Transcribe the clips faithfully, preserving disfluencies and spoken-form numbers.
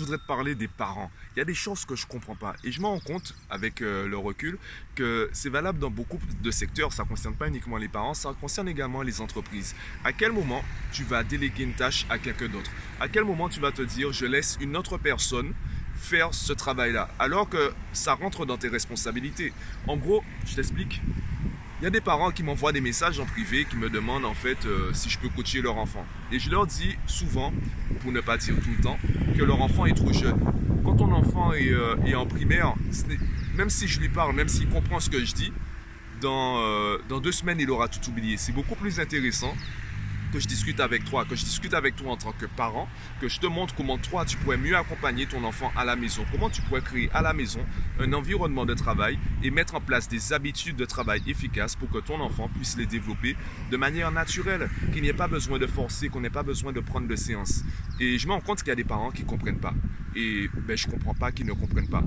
voudrais te parler des parents. Il y a des choses que je ne comprends pas. Et je me rends compte, avec euh, le recul, que c'est valable dans beaucoup de secteurs. Ça ne concerne pas uniquement les parents, ça concerne également les entreprises. À quel moment tu vas déléguer une tâche à quelqu'un d'autre? À quel moment tu vas te dire, je laisse une autre personne faire ce travail-là, alors que ça rentre dans tes responsabilités? En gros, je t'explique. Il y a des parents qui m'envoient des messages en privé qui me demandent en fait euh, si je peux coacher leur enfant. Et je leur dis souvent, pour ne pas dire tout le temps, que leur enfant est trop jeune. Quand ton enfant est, euh, est en primaire, même si je lui parle, même s'il comprend ce que je dis, dans, euh, dans deux semaines, il aura tout oublié. C'est beaucoup plus intéressant que je discute avec toi, que je discute avec toi en tant que parent, que je te montre comment toi tu pourrais mieux accompagner ton enfant à la maison, comment tu pourrais créer à la maison un environnement de travail et mettre en place des habitudes de travail efficaces pour que ton enfant puisse les développer de manière naturelle, qu'il n'y ait pas besoin de forcer, qu'on n'ait pas besoin de prendre de séance. Et je me rends compte qu'il y a des parents qui ne comprennent pas. Et ben, je ne comprends pas qu'ils ne comprennent pas.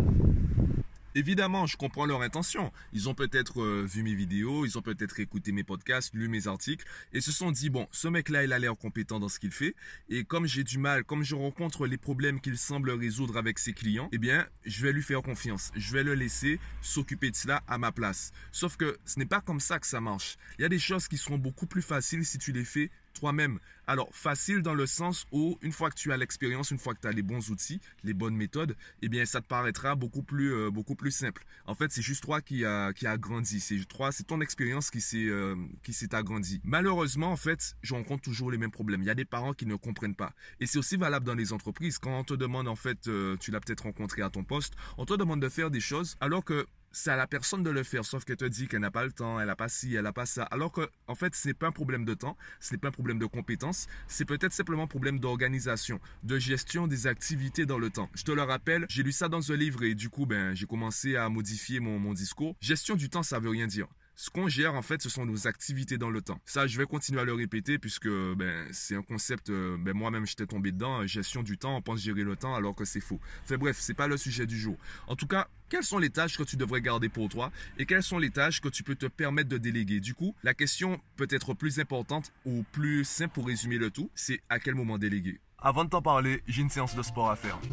Évidemment, je comprends leur intention. Ils ont peut-être euh, vu mes vidéos, ils ont peut-être écouté mes podcasts, lu mes articles et se sont dit, bon, ce mec-là, il a l'air compétent dans ce qu'il fait. Et comme j'ai du mal, comme je rencontre les problèmes qu'il semble résoudre avec ses clients, eh bien, je vais lui faire confiance. Je vais le laisser s'occuper de cela à ma place. Sauf que ce n'est pas comme ça que ça marche. Il y a des choses qui seront beaucoup plus faciles si tu les fais toi-même. Alors, facile dans le sens où, une fois que tu as l'expérience, une fois que tu as les bons outils, les bonnes méthodes, eh bien, ça te paraîtra beaucoup plus, euh, beaucoup plus simple. En fait, c'est juste toi qui a, qui a grandi. C'est toi, c'est ton expérience qui s'est, euh, qui s'est agrandie. Malheureusement, en fait, je rencontre toujours les mêmes problèmes. Il y a des parents qui ne comprennent pas. Et c'est aussi valable dans les entreprises. Quand on te demande, en fait, euh, tu l'as peut-être rencontré à ton poste, on te demande de faire des choses alors que c'est à la personne de le faire, sauf qu'elle te dit qu'elle n'a pas le temps, elle n'a pas ci, elle n'a pas ça. Alors que, en fait, ce n'est pas un problème de temps, ce n'est pas un problème de compétence, c'est peut-être simplement un problème d'organisation, de gestion des activités dans le temps. Je te le rappelle, j'ai lu ça dans un livre et du coup, ben, j'ai commencé à modifier mon, mon discours. Gestion du temps, ça veut rien dire. Ce qu'on gère, en fait, ce sont nos activités dans le temps. Ça, je vais continuer à le répéter puisque ben, c'est un concept, euh, ben, moi-même, j'étais tombé dedans. Gestion du temps, on pense gérer le temps alors que c'est faux. Enfin bref, c'est pas le sujet du jour. En tout cas, quelles sont les tâches que tu devrais garder pour toi et quelles sont les tâches que tu peux te permettre de déléguer? Du coup, la question peut être plus importante ou plus simple pour résumer le tout, c'est à quel moment déléguer? Avant de t'en parler, j'ai une séance de sport à faire.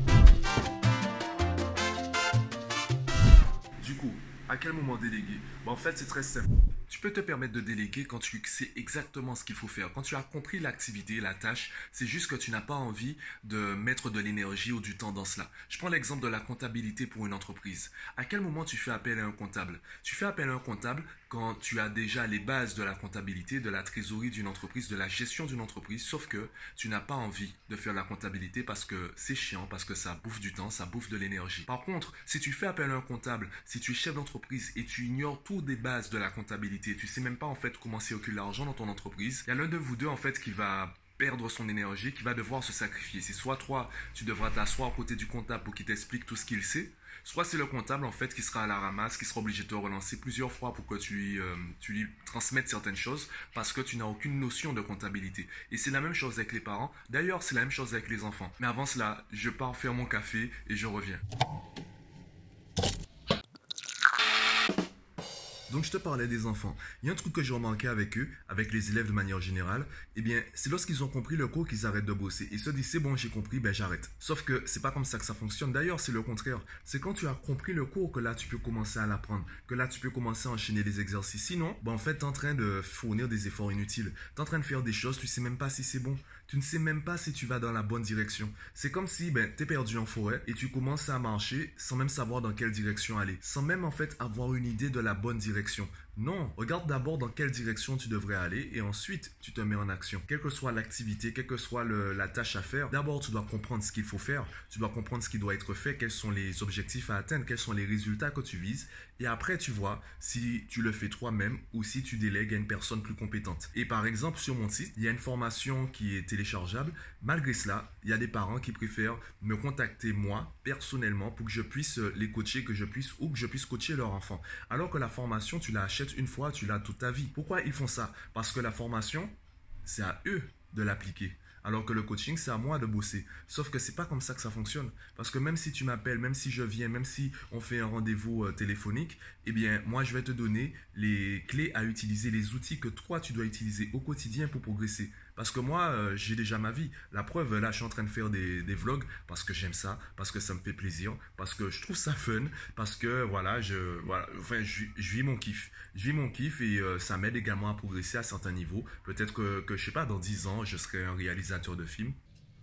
Du coup, à quel moment déléguer? Bon, en fait, c'est très simple. Tu peux te permettre de déléguer quand tu sais exactement ce qu'il faut faire. Quand tu as compris l'activité, la tâche, c'est juste que tu n'as pas envie de mettre de l'énergie ou du temps dans cela. Je prends l'exemple de la comptabilité pour une entreprise. À quel moment tu fais appel à un comptable? Tu fais appel à un comptable quand tu as déjà les bases de la comptabilité, de la trésorerie d'une entreprise, de la gestion d'une entreprise, sauf que tu n'as pas envie de faire la comptabilité parce que c'est chiant, parce que ça bouffe du temps, ça bouffe de l'énergie. Par contre, si tu fais appel à un comptable, si tu es chef d'entreprise et tu ignores toutes les bases de la comptabilité, tu sais même pas en fait comment circule l'argent dans ton entreprise, il y a l'un de vous deux en fait qui va perdre son énergie, qui va devoir se sacrifier. C'est soit toi, tu devras t'asseoir à côté du comptable pour qu'il t'explique tout ce qu'il sait, soit c'est le comptable en fait qui sera à la ramasse, qui sera obligé de te relancer plusieurs fois pour que tu lui, euh, tu lui transmettes certaines choses parce que tu n'as aucune notion de comptabilité. Et c'est la même chose avec les parents. D'ailleurs, c'est la même chose avec les enfants. Mais avant cela, je pars faire mon café et je reviens. Donc je te parlais des enfants. Il y a un truc que j'ai remarqué avec eux, avec les élèves de manière générale, eh bien, c'est lorsqu'ils ont compris le cours qu'ils arrêtent de bosser. Ils se disent c'est bon, j'ai compris, ben j'arrête. Sauf que c'est pas comme ça que ça fonctionne. D'ailleurs, c'est le contraire. C'est quand tu as compris le cours que là tu peux commencer à l'apprendre, que là tu peux commencer à enchaîner les exercices. Sinon, ben en fait, tu es en train de fournir des efforts inutiles. Tu es en train de faire des choses, tu sais même pas si c'est bon. Tu ne sais même pas si tu vas dans la bonne direction. C'est comme si ben, tu es perdu en forêt et tu commences à marcher sans même savoir dans quelle direction aller, sans même en fait avoir une idée de la bonne direction. Non, regarde d'abord dans quelle direction tu devrais aller et ensuite tu te mets en action. Quelle que soit l'activité, quelle que soit le, la tâche à faire, d'abord tu dois comprendre ce qu'il faut faire, tu dois comprendre ce qui doit être fait, quels sont les objectifs à atteindre, quels sont les résultats que tu vises et après tu vois si tu le fais toi-même ou si tu délègues à une personne plus compétente. Et par exemple sur mon site, il y a une formation qui est téléchargeable. Malgré cela, il y a des parents qui préfèrent me contacter moi personnellement pour que je puisse les coacher, que je puisse ou que je puisse coacher leur enfant. Alors que la formation, tu la achètes une fois, tu l'as toute ta vie. Pourquoi ils font ça? Parce que la formation, c'est à eux de l'appliquer. Alors que le coaching, c'est à moi de bosser. Sauf que c'est pas comme ça que ça fonctionne. Parce que même si tu m'appelles, même si je viens, même si on fait un rendez-vous euh, téléphonique, eh bien, moi, je vais te donner les clés à utiliser, les outils que toi, tu dois utiliser au quotidien pour progresser. Parce que moi, euh, j'ai déjà ma vie. La preuve, là, je suis en train de faire des, des vlogs parce que j'aime ça, parce que ça me fait plaisir, parce que je trouve ça fun, parce que voilà, je, voilà, enfin, je, je vis mon kiff. Je vis mon kiff et euh, ça m'aide également à progresser à certains niveaux. Peut-être que, que, je sais pas, dans dix ans, je serai un réalisateur de films.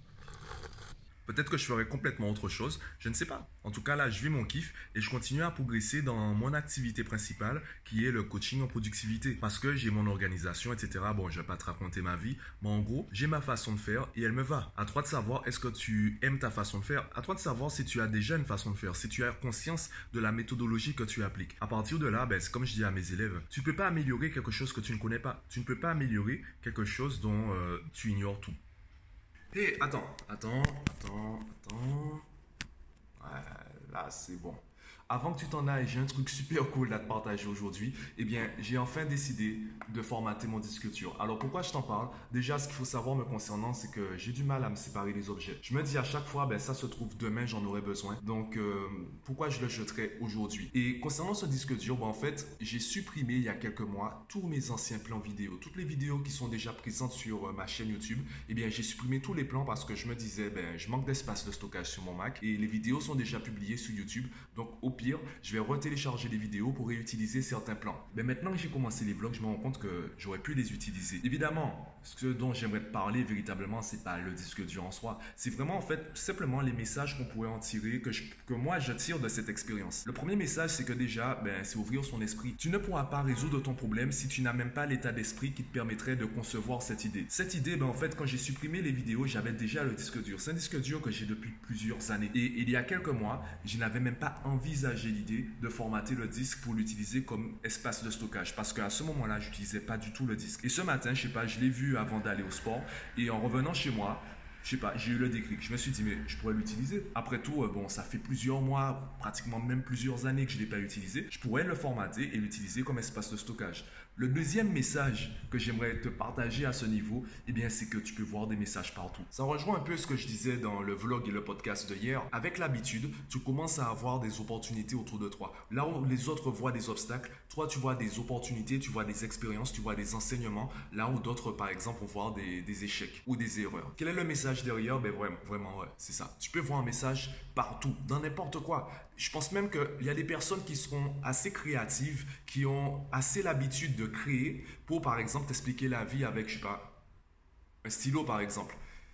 Peut-être que je ferai complètement autre chose, je ne sais pas. En tout cas, là, je vis mon kiff et je continue à progresser dans mon activité principale qui est le coaching en productivité. Parce que j'ai mon organisation, et cetera. Bon, je ne vais pas te raconter ma vie, mais en gros, j'ai ma façon de faire et elle me va. À toi de savoir, est-ce que tu aimes ta façon de faire? À toi de savoir si tu as déjà une façon de faire, si tu as conscience de la méthodologie que tu appliques. À partir de là, ben, c'est comme je dis à mes élèves, tu ne peux pas améliorer quelque chose que tu ne connais pas. Tu ne peux pas améliorer quelque chose dont euh, tu ignores tout. Hé, hey, attends, attends, attends, attends. Ouais, là, c'est bon. Avant que tu t'en ailles, j'ai un truc super cool à te partager aujourd'hui. Eh bien, j'ai enfin décidé de formater mon disque dur. Alors, pourquoi je t'en parle? Déjà, ce qu'il faut savoir me concernant, c'est que j'ai du mal à me séparer des objets. Je me dis à chaque fois, ben, ça se trouve demain, j'en aurai besoin. Donc, euh, pourquoi je le jeterai aujourd'hui? Et concernant ce disque dur, ben, en fait, j'ai supprimé il y a quelques mois tous mes anciens plans vidéo. Toutes les vidéos qui sont déjà présentes sur euh, ma chaîne YouTube, eh bien, j'ai supprimé tous les plans parce que je me disais, ben, je manque d'espace de stockage sur mon Mac et les vidéos sont déjà publiées sur YouTube. Donc, au pire, je vais retélécharger les vidéos pour réutiliser certains plans. Mais maintenant que j'ai commencé les vlogs, je me rends compte que j'aurais pu les utiliser. Évidemment, ce dont j'aimerais te parler véritablement, c'est pas le disque dur en soi. C'est vraiment en fait simplement les messages qu'on pourrait en tirer, que, je, que moi je tire de cette expérience. Le premier message, c'est que déjà, ben, c'est ouvrir son esprit. Tu ne pourras pas résoudre ton problème si tu n'as même pas l'état d'esprit qui te permettrait de concevoir cette idée. Cette idée, ben, en fait, quand j'ai supprimé les vidéos, j'avais déjà le disque dur. C'est un disque dur que j'ai depuis plusieurs années. Et il y a quelques mois, je n'avais même pas envisagé l'idée de formater le disque pour l'utiliser comme espace de stockage parce qu'à ce moment-là, je n'utilisais pas du tout le disque. Et ce matin, je sais pas, je l'ai vu avant d'aller au sport et en revenant chez moi, je sais pas, j'ai eu le déclic. Je me suis dit, mais je pourrais l'utiliser. Après tout, bon, ça fait plusieurs mois, pratiquement même plusieurs années que je ne l'ai pas utilisé. Je pourrais le formater et l'utiliser comme espace de stockage. Le deuxième message que j'aimerais te partager à ce niveau, eh bien, c'est que tu peux voir des messages partout. Ça rejoint un peu ce que je disais dans le vlog et le podcast de hier. Avec l'habitude, tu commences à avoir des opportunités autour de toi. Là où les autres voient des obstacles, toi, tu vois des opportunités, tu vois des expériences, tu vois des enseignements. Là où d'autres, par exemple, vont voir des, des échecs ou des erreurs. Quel est le message derrière? Ben vraiment, vraiment, ouais, c'est ça. Tu peux voir un message partout, dans n'importe quoi. Je pense même qu'il y a des personnes qui seront assez créatives, qui ont assez l'habitude de créer pour, par exemple, t'expliquer la vie avec, je sais pas, un stylo, par exemple.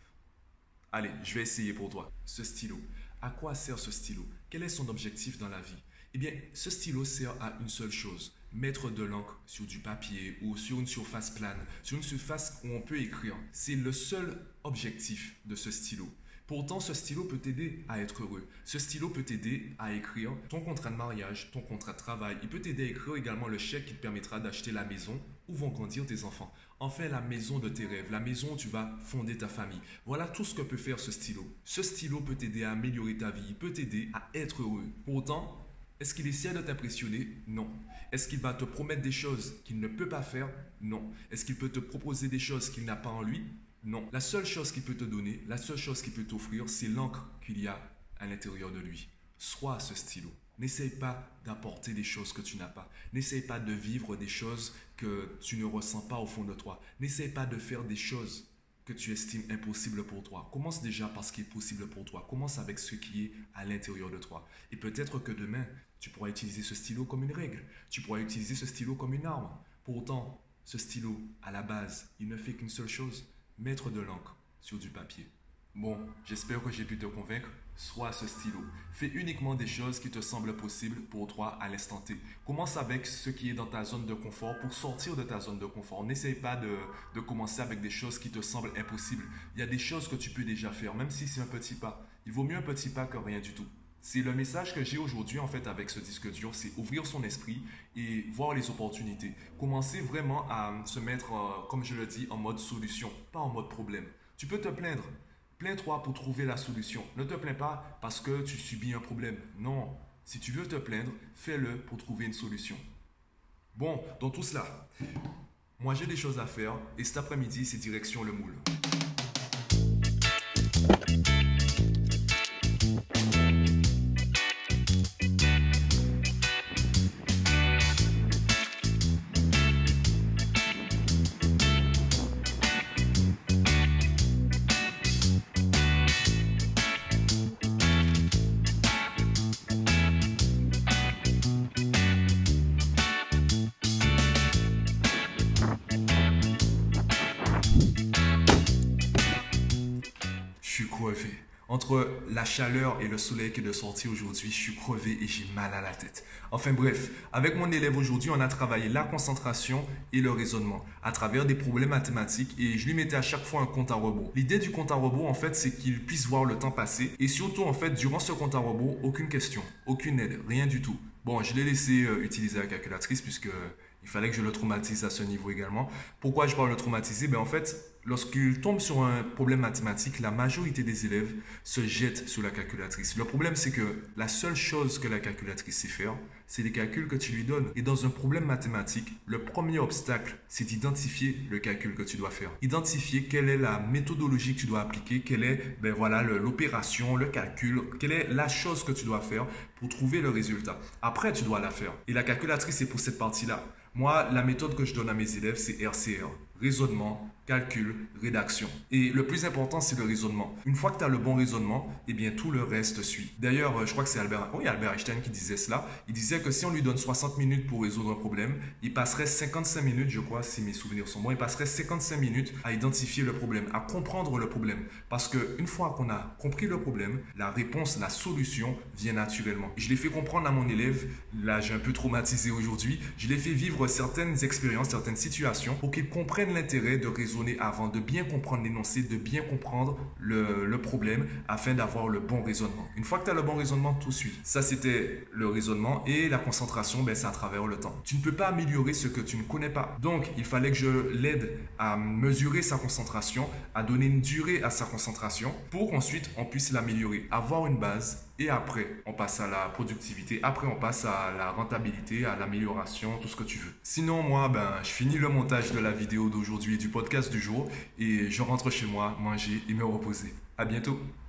Allez, je vais essayer pour toi. Ce stylo. À quoi sert ce stylo? Quel est son objectif dans la vie? Eh bien, ce stylo sert à une seule chose. Mettre de l'encre sur du papier ou sur une surface plane, sur une surface où on peut écrire. C'est le seul objectif de ce stylo. Pourtant, ce stylo peut t'aider à être heureux. Ce stylo peut t'aider à écrire ton contrat de mariage, ton contrat de travail. Il peut t'aider à écrire également le chèque qui te permettra d'acheter la maison où vont grandir tes enfants. Enfin, la maison de tes rêves, la maison où tu vas fonder ta famille. Voilà tout ce que peut faire ce stylo. Ce stylo peut t'aider à améliorer ta vie, il peut t'aider à être heureux. Pourtant, est-ce qu'il essaie de t'impressionner? Non. Est-ce qu'il va te promettre des choses qu'il ne peut pas faire? Non. Est-ce qu'il peut te proposer des choses qu'il n'a pas en lui? Non. La seule chose qu'il peut te donner, la seule chose qu'il peut t'offrir, c'est l'encre qu'il y a à l'intérieur de lui. Sois ce stylo. N'essaye pas d'apporter des choses que tu n'as pas. N'essaye pas de vivre des choses que tu ne ressens pas au fond de toi. N'essaye pas de faire des choses que tu estimes impossible pour toi. Commence déjà par ce qui est possible pour toi. Commence avec ce qui est à l'intérieur de toi. Et peut-être que demain, tu pourras utiliser ce stylo comme une règle. Tu pourras utiliser ce stylo comme une arme. Pourtant, ce stylo, à la base, il ne fait qu'une seule chose, mettre de l'encre sur du papier. Bon, j'espère que j'ai pu te convaincre. Sois ce stylo. Fais uniquement des choses qui te semblent possibles pour toi à l'instant T. Commence avec ce qui est dans ta zone de confort pour sortir de ta zone de confort. N'essaye pas de, de commencer avec des choses qui te semblent impossibles. Il y a des choses que tu peux déjà faire, même si c'est un petit pas. Il vaut mieux un petit pas que rien du tout. C'est le message que j'ai aujourd'hui en fait avec ce disque dur, c'est ouvrir son esprit et voir les opportunités. Commencer vraiment à se mettre, euh, comme je le dis, en mode solution, pas en mode problème. Tu peux te plaindre. Plains-toi pour trouver la solution. Ne te plains pas parce que tu subis un problème. Non, si tu veux te plaindre, fais-le pour trouver une solution. Bon, dans tout cela, moi j'ai des choses à faire et cet après-midi, c'est direction le moule. Entre la chaleur et le soleil qui est de sortie aujourd'hui, je suis crevé et j'ai mal à la tête. Enfin bref, avec mon élève aujourd'hui, on a travaillé la concentration et le raisonnement à travers des problèmes mathématiques et je lui mettais à chaque fois un compte à rebours. L'idée du compte à rebours, en fait, c'est qu'il puisse voir le temps passer et surtout, en fait, durant ce compte à rebours, aucune question, aucune aide, rien du tout. Bon, je l'ai laissé euh, utiliser la calculatrice puisque il fallait que je le traumatise à ce niveau également. Pourquoi je parle de traumatiser? Ben en fait, lorsqu'il tombe sur un problème mathématique, la majorité des élèves se jettent sur la calculatrice. Le problème, c'est que la seule chose que la calculatrice sait faire, c'est les calculs que tu lui donnes. Et dans un problème mathématique, le premier obstacle, c'est d'identifier le calcul que tu dois faire. Identifier quelle est la méthodologie que tu dois appliquer, quelle est ben voilà, l'opération, le calcul, quelle est la chose que tu dois faire pour trouver le résultat. Après, tu dois la faire. Et la calculatrice, c'est pour cette partie-là. Moi, la méthode que je donne à mes élèves, c'est R C R. Raisonnement, calcul, rédaction. Et le plus important, c'est le raisonnement. Une fois que tu as le bon raisonnement, eh bien, tout le reste suit. D'ailleurs, je crois que c'est Albert, oui, Albert Einstein qui disait cela. Il disait que si on lui donne soixante minutes pour résoudre un problème, il passerait cinquante-cinq minutes, je crois, si mes souvenirs sont bons, il passerait cinquante-cinq minutes à identifier le problème, à comprendre le problème. Parce qu'une fois qu'on a compris le problème, la réponse, la solution vient naturellement. Je l'ai fait comprendre à mon élève, là j'ai un peu traumatisé aujourd'hui, je l'ai fait vivre certaines expériences, certaines situations pour qu'il comprenne l'intérêt de raisonner avant, de bien comprendre l'énoncé, de bien comprendre le, le problème afin d'avoir le bon raisonnement. Une fois que tu as le bon raisonnement, tout suit. Ça, c'était le raisonnement et la concentration, ben, c'est à travers le temps. Tu ne peux pas améliorer ce que tu ne connais pas. Donc, il fallait que je l'aide à mesurer sa concentration, à donner une durée à sa concentration pour qu'ensuite on puisse l'améliorer, avoir une base. Et après, on passe à la productivité. Après, on passe à la rentabilité, à l'amélioration, tout ce que tu veux. Sinon, moi, ben, je finis le montage de la vidéo d'aujourd'hui et du podcast du jour et je rentre chez moi, manger et me reposer. À bientôt.